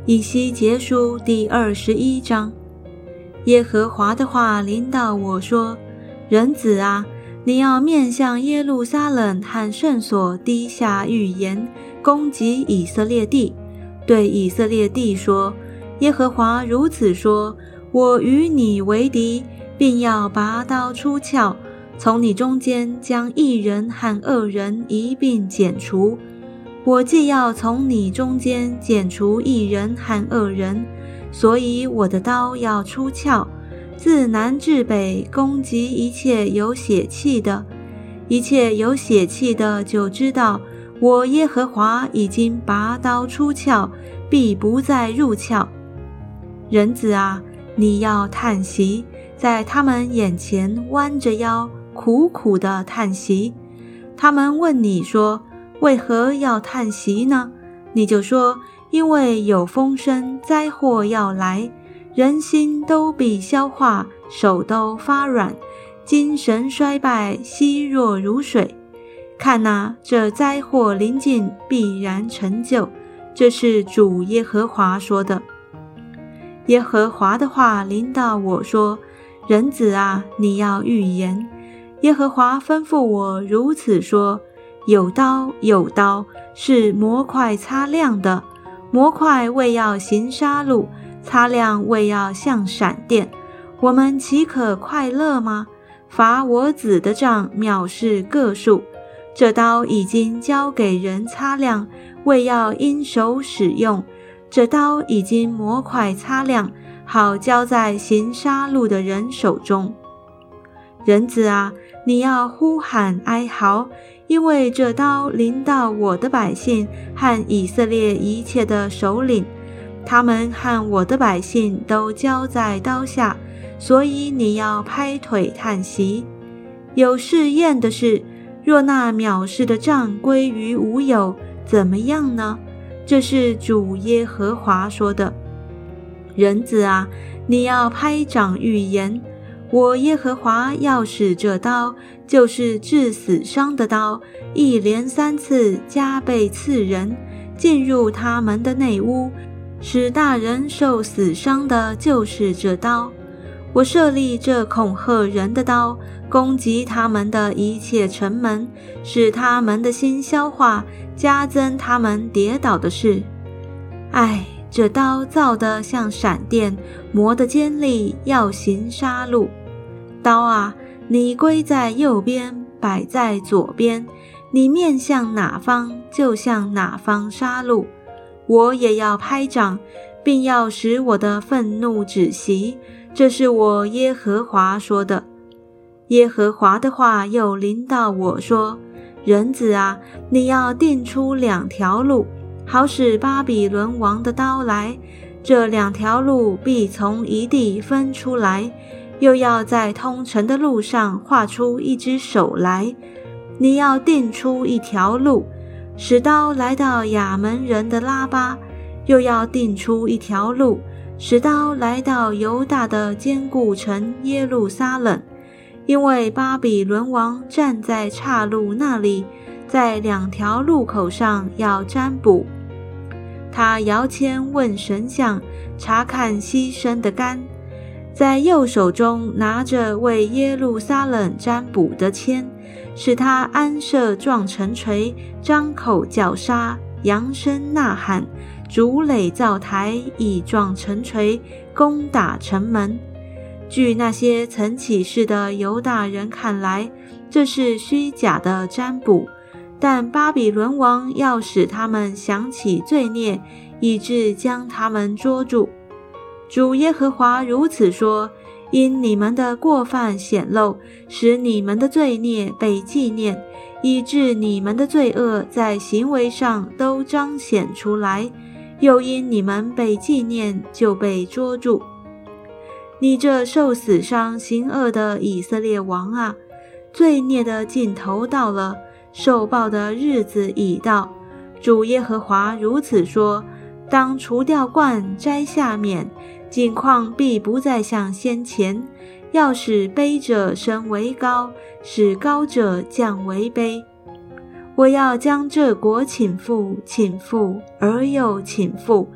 以西结书第21章。耶和华的话临到我说：人子啊，你要面向耶路撒冷和圣所低下预言，攻击以色列地，对以色列地说：耶和华如此说，我与你为敌，并要拔刀出鞘，从你中间将义人和恶人一并剪除。我既要从你中间剪除义人和恶人，所以我的刀要出鞘，自南至北攻击一切有血气的。一切有血气的就知道，我耶和华已经拔刀出鞘，必不再入鞘。人子啊，你要叹息，在他们眼前弯着腰，苦苦地叹息。他们问你说：为何要叹息呢？你就说：因为有风声，灾祸要来，人心都必消化，手都发软，精神衰败，稀弱如水。看哪，这灾祸临近，必然成就。这是主耶和华说的。耶和华的话临到我说：人子啊，你要预言。耶和华吩咐我如此说：有刀，有刀，是模块擦亮的，模块为要行杀戮，擦亮为要像闪电。我们岂可快乐吗？罚我子的杖藐视个数。这刀已经交给人擦亮，为要因手使用。这刀已经模块擦亮，好交在行杀戮的人手中。人子啊，你要呼喊哀嚎，因为这刀临到我的百姓和以色列一切的首领，他们和我的百姓都交在刀下，所以你要拍腿叹息。有试验的是，若那藐视的杖归于无有，怎么样呢？这是主耶和华说的。人子啊，你要拍掌预言，我耶和华要使这刀，就是致死伤的刀，一连3次加倍刺人，进入他们的内屋，使大人受死伤的就是这刀。我设立这恐吓人的刀，攻击他们的一切城门，使他们的心消化，加增他们跌倒的事。唉，这刀造得像闪电，磨得尖利，要行杀戮。刀啊，你归在右边，摆在左边，你面向哪方，就向哪方杀戮。我也要拍掌，并要使我的愤怒止息。这是我耶和华说的。耶和华的话又临到我说：人子啊，你要定出2条路，好使巴比伦王的刀来。这2条路必从一地分出来，又要在通城的路上画出一只手来。你要定出1条路，使刀来到亚门人的拉巴，又要定出1条路，使刀来到犹大的坚固城耶路撒冷。因为巴比伦王站在岔路那里，在2条路口上要占卜。他摇签问神像，查看牺牲的杆，在右手中拿着为耶路撒冷占卜的签，使他安设撞城锤，张口叫杀，扬声呐喊，筑垒造台，以撞城锤，攻打城门。据那些曾起誓的犹大人看来，这是虚假的占卜，但巴比伦王要使他们想起罪孽，以致将他们捉住。主耶和华如此说：因你们的过犯显露，使你们的罪孽被纪念，以致你们的罪恶在行为上都彰显出来，又因你们被纪念，就被捉住。你这受死伤行恶的以色列王啊，罪孽的尽头到了，受报的日子已到。主耶和华如此说：当除掉冠，摘下冕，景况必不再像先前，要使卑者升为高，使高者降为卑。我要将这国倾覆，倾覆而又倾覆，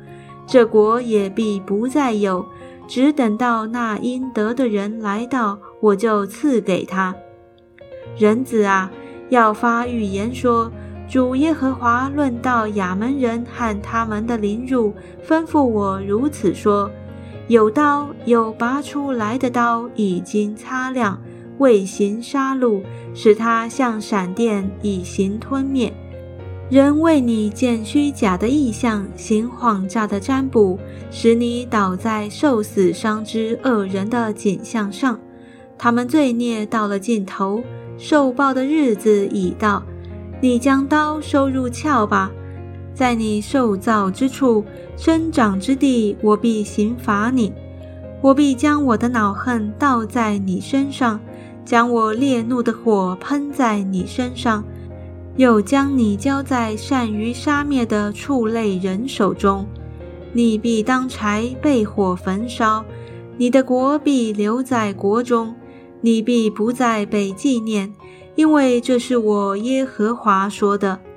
这国也必不再有，只等到那应得的人来到，我就赐给他。人子啊，要发预言说，主耶和华论到亚扪人和他们的凌辱，吩咐我如此说：有刀，有拔出来的刀，已经擦亮，为行杀戮，使他像闪电，以行吞灭。人为你见虚假的异象，行谎诈的占卜，使你倒在受死伤之恶人的景象上。他们罪孽到了尽头，受报的日子已到。你将刀收入鞘吧，在你受造之处，生长之地，我必刑罚你。我必将我的恼恨倒在你身上，将我烈怒的火喷在你身上，又将你交在善于杀灭的畜类人手中。你必当柴被火焚烧，你的国必留在国中，你必不再被纪念，因为这是我耶和华说的。